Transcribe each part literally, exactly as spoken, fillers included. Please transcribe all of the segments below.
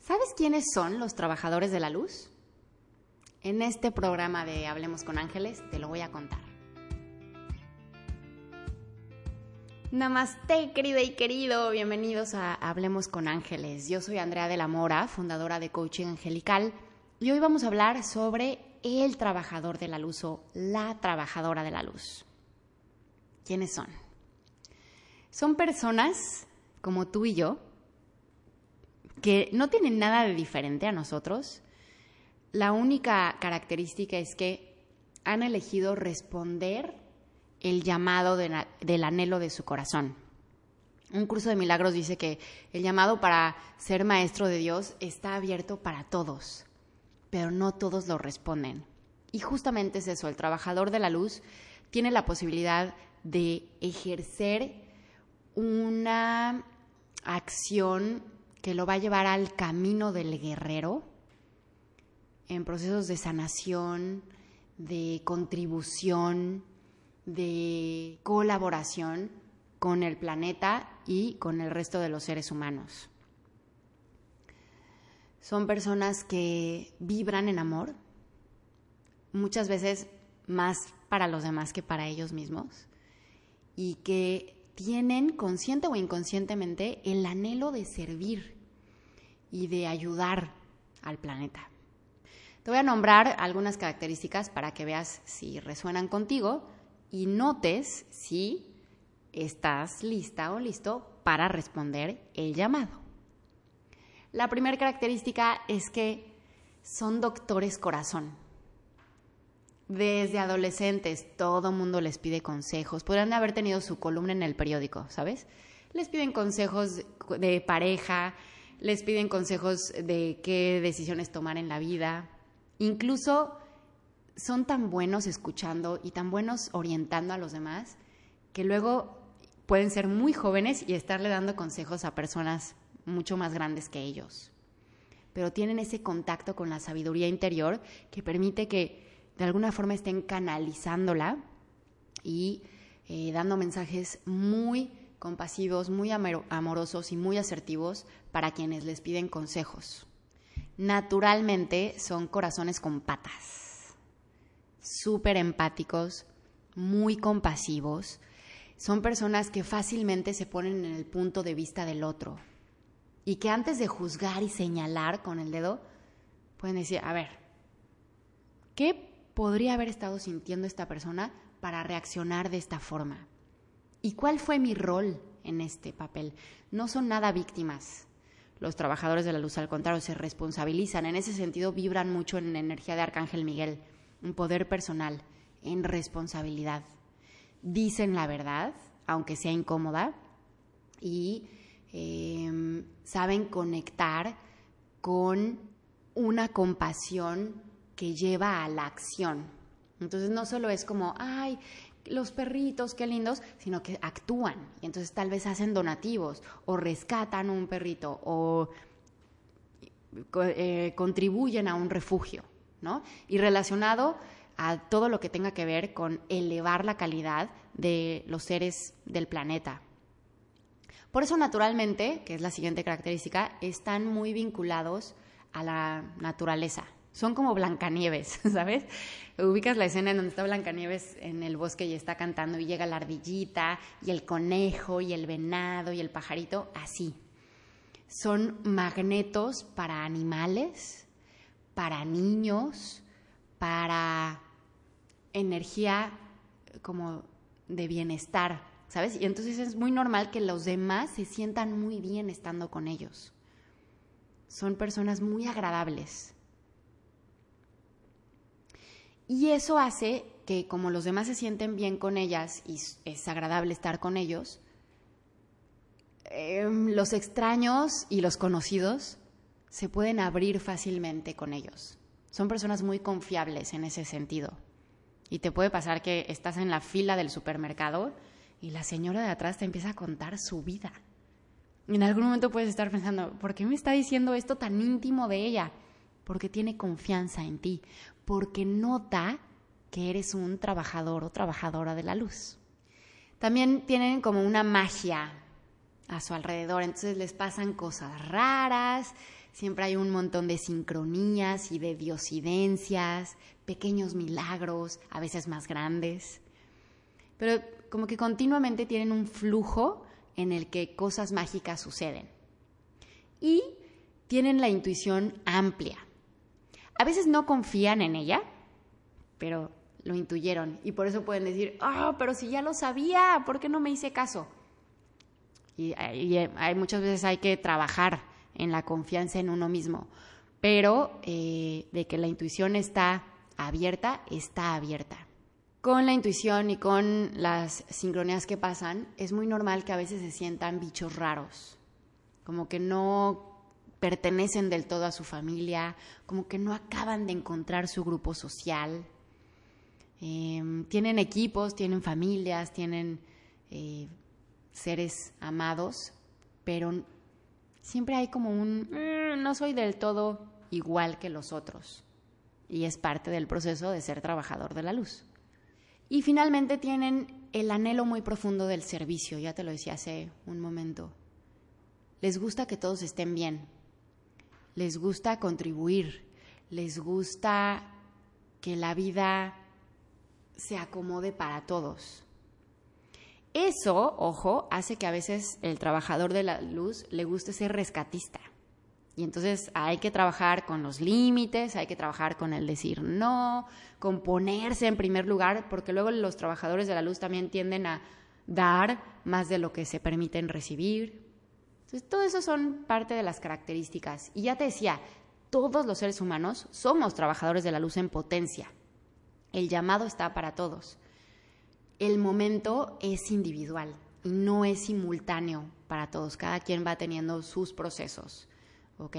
¿Sabes quiénes son los trabajadores de la luz? En este programa de Hablemos con Ángeles te lo voy a contar. Namaste, querida y querido. Bienvenidos a Hablemos con Ángeles. Yo soy Andrea de la Mora, fundadora de Coaching Angelical, y hoy vamos a hablar sobre el trabajador de la luz o la trabajadora de la luz. ¿Quiénes son? Son personas como tú y yo que no tienen nada de diferente a nosotros. La única característica es que han elegido responder el llamado de la, del anhelo de su corazón. Un curso de milagros dice que el llamado para ser maestro de Dios está abierto para todos, pero no todos lo responden. Y justamente es eso, el trabajador de la luz tiene la posibilidad de ejercer una acción que lo va a llevar al camino del guerrero en procesos de sanación, de contribución, de colaboración con el planeta y con el resto de los seres humanos. Son personas que vibran en amor, muchas veces más para los demás que para ellos mismos, y que tienen consciente o inconscientemente el anhelo de servir y de ayudar al planeta. Te voy a nombrar algunas características para que veas si resuenan contigo y notes si estás lista o listo para responder el llamado. La primera característica es que son doctores corazón. Desde adolescentes todo mundo les pide consejos. Podrían haber tenido su columna en el periódico, ¿sabes? Les piden consejos de pareja, les piden consejos de qué decisiones tomar en la vida. Incluso son tan buenos escuchando y tan buenos orientando a los demás que luego pueden ser muy jóvenes y estarle dando consejos a personas mucho más grandes que ellos. Pero tienen ese contacto con la sabiduría interior que permite que de alguna forma estén canalizándola y eh, dando mensajes muy compasivos, muy amorosos y muy asertivos para quienes les piden consejos. Naturalmente son corazones con patas, súper empáticos, muy compasivos. Son personas que fácilmente se ponen en el punto de vista del otro y que antes de juzgar y señalar con el dedo, pueden decir, a ver, ¿qué podría haber estado sintiendo esta persona para reaccionar de esta forma? ¿Y cuál fue mi rol en este papel? No son nada víctimas. Los trabajadores de la luz, al contrario, se responsabilizan. En ese sentido, vibran mucho en la energía de Arcángel Miguel, en poder personal, en responsabilidad. Dicen la verdad, aunque sea incómoda, y eh, saben conectar con una compasión que lleva a la acción. Entonces no solo es como, ay, los perritos, qué lindos, sino que actúan. Y entonces tal vez hacen donativos o rescatan un perrito o eh, contribuyen a un refugio, ¿no? Y relacionado a todo lo que tenga que ver con elevar la calidad de los seres del planeta. Por eso, naturalmente, que es la siguiente característica, están muy vinculados a la naturaleza. Son como Blancanieves, ¿sabes? Ubicas la escena en donde está Blancanieves en el bosque y está cantando y llega la ardillita y el conejo y el venado y el pajarito, así. Son magnetos para animales, para niños, para energía como de bienestar, ¿sabes? Y entonces es muy normal que los demás se sientan muy bien estando con ellos. Son personas muy agradables. Y eso hace que como los demás se sienten bien con ellas y es agradable estar con ellos, eh, los extraños y los conocidos se pueden abrir fácilmente con ellos. Son personas muy confiables en ese sentido. Y te puede pasar que estás en la fila del supermercado y la señora de atrás te empieza a contar su vida. Y en algún momento puedes estar pensando, ¿por qué me está diciendo esto tan íntimo de ella? Porque tiene confianza en ti, porque nota que eres un trabajador o trabajadora de la luz. También tienen como una magia a su alrededor, entonces les pasan cosas raras, siempre hay un montón de sincronías y de diosidencias, pequeños milagros, a veces más grandes. Pero como que continuamente tienen un flujo en el que cosas mágicas suceden. Y tienen la intuición amplia. A veces no confían en ella, pero lo intuyeron. Y por eso pueden decir, ah, oh, pero si ya lo sabía, ¿por qué no me hice caso? Y, y hay, muchas veces hay que trabajar en la confianza en uno mismo. Pero eh, de que la intuición está abierta, está abierta. Con la intuición y con las sincronías que pasan, es muy normal que a veces se sientan bichos raros. Como que no pertenecen del todo a su familia, como que no acaban de encontrar su grupo social. Eh, tienen equipos, tienen familias, tienen eh, seres amados, pero siempre hay como un, mmm, no soy del todo igual que los otros. Y es parte del proceso de ser trabajador de la luz. Y finalmente tienen el anhelo muy profundo del servicio, ya te lo decía hace un momento. Les gusta que todos estén bien, les gusta contribuir, les gusta que la vida se acomode para todos. Eso, ojo, hace que a veces el trabajador de la luz le guste ser rescatista. Y entonces hay que trabajar con los límites, hay que trabajar con el decir no, con ponerse en primer lugar, porque luego los trabajadores de la luz también tienden a dar más de lo que se permiten recibir. Entonces, todo eso son parte de las características. Y ya te decía, todos los seres humanos somos trabajadores de la luz en potencia. El llamado está para todos. El momento es individual y no es simultáneo para todos. Cada quien va teniendo sus procesos. ¿Ok?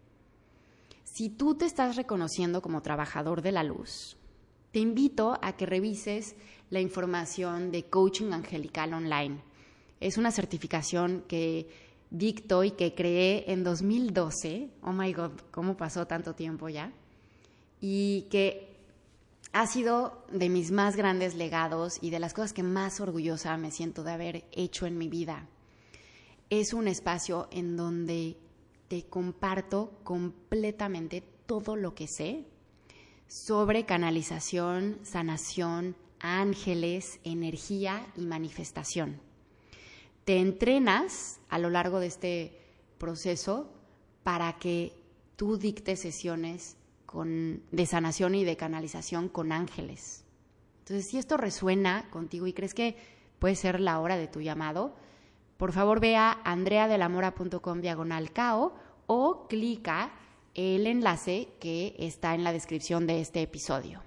Si tú te estás reconociendo como trabajador de la luz, te invito a que revises la información de Coaching Angelical Online. Es una certificación que dicto y que creé en dos mil doce. Oh my God, ¿cómo pasó tanto tiempo ya? Y que ha sido de mis más grandes legados y de las cosas que más orgullosa me siento de haber hecho en mi vida. Es un espacio en donde te comparto completamente todo lo que sé sobre canalización, sanación, ángeles, energía y manifestación. Te entrenas a lo largo de este proceso para que tú dictes sesiones con, de sanación y de canalización con ángeles. Entonces, si esto resuena contigo y crees que puede ser la hora de tu llamado, por favor ve a andreadelamora.com diagonal cao o clica el enlace que está en la descripción de este episodio.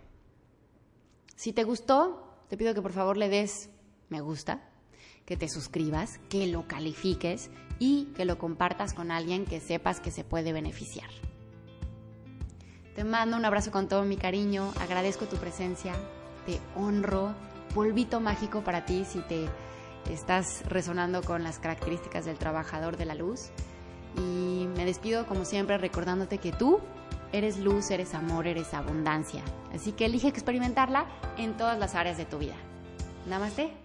Si te gustó, te pido que por favor le des me gusta, que te suscribas, que lo califiques y que lo compartas con alguien que sepas que se puede beneficiar. Te mando un abrazo con todo mi cariño, agradezco tu presencia, te honro, polvito mágico para ti si te estás resonando con las características del trabajador de la luz. Y me despido como siempre recordándote que tú eres luz, eres amor, eres abundancia. Así que elige experimentarla en todas las áreas de tu vida. Namaste.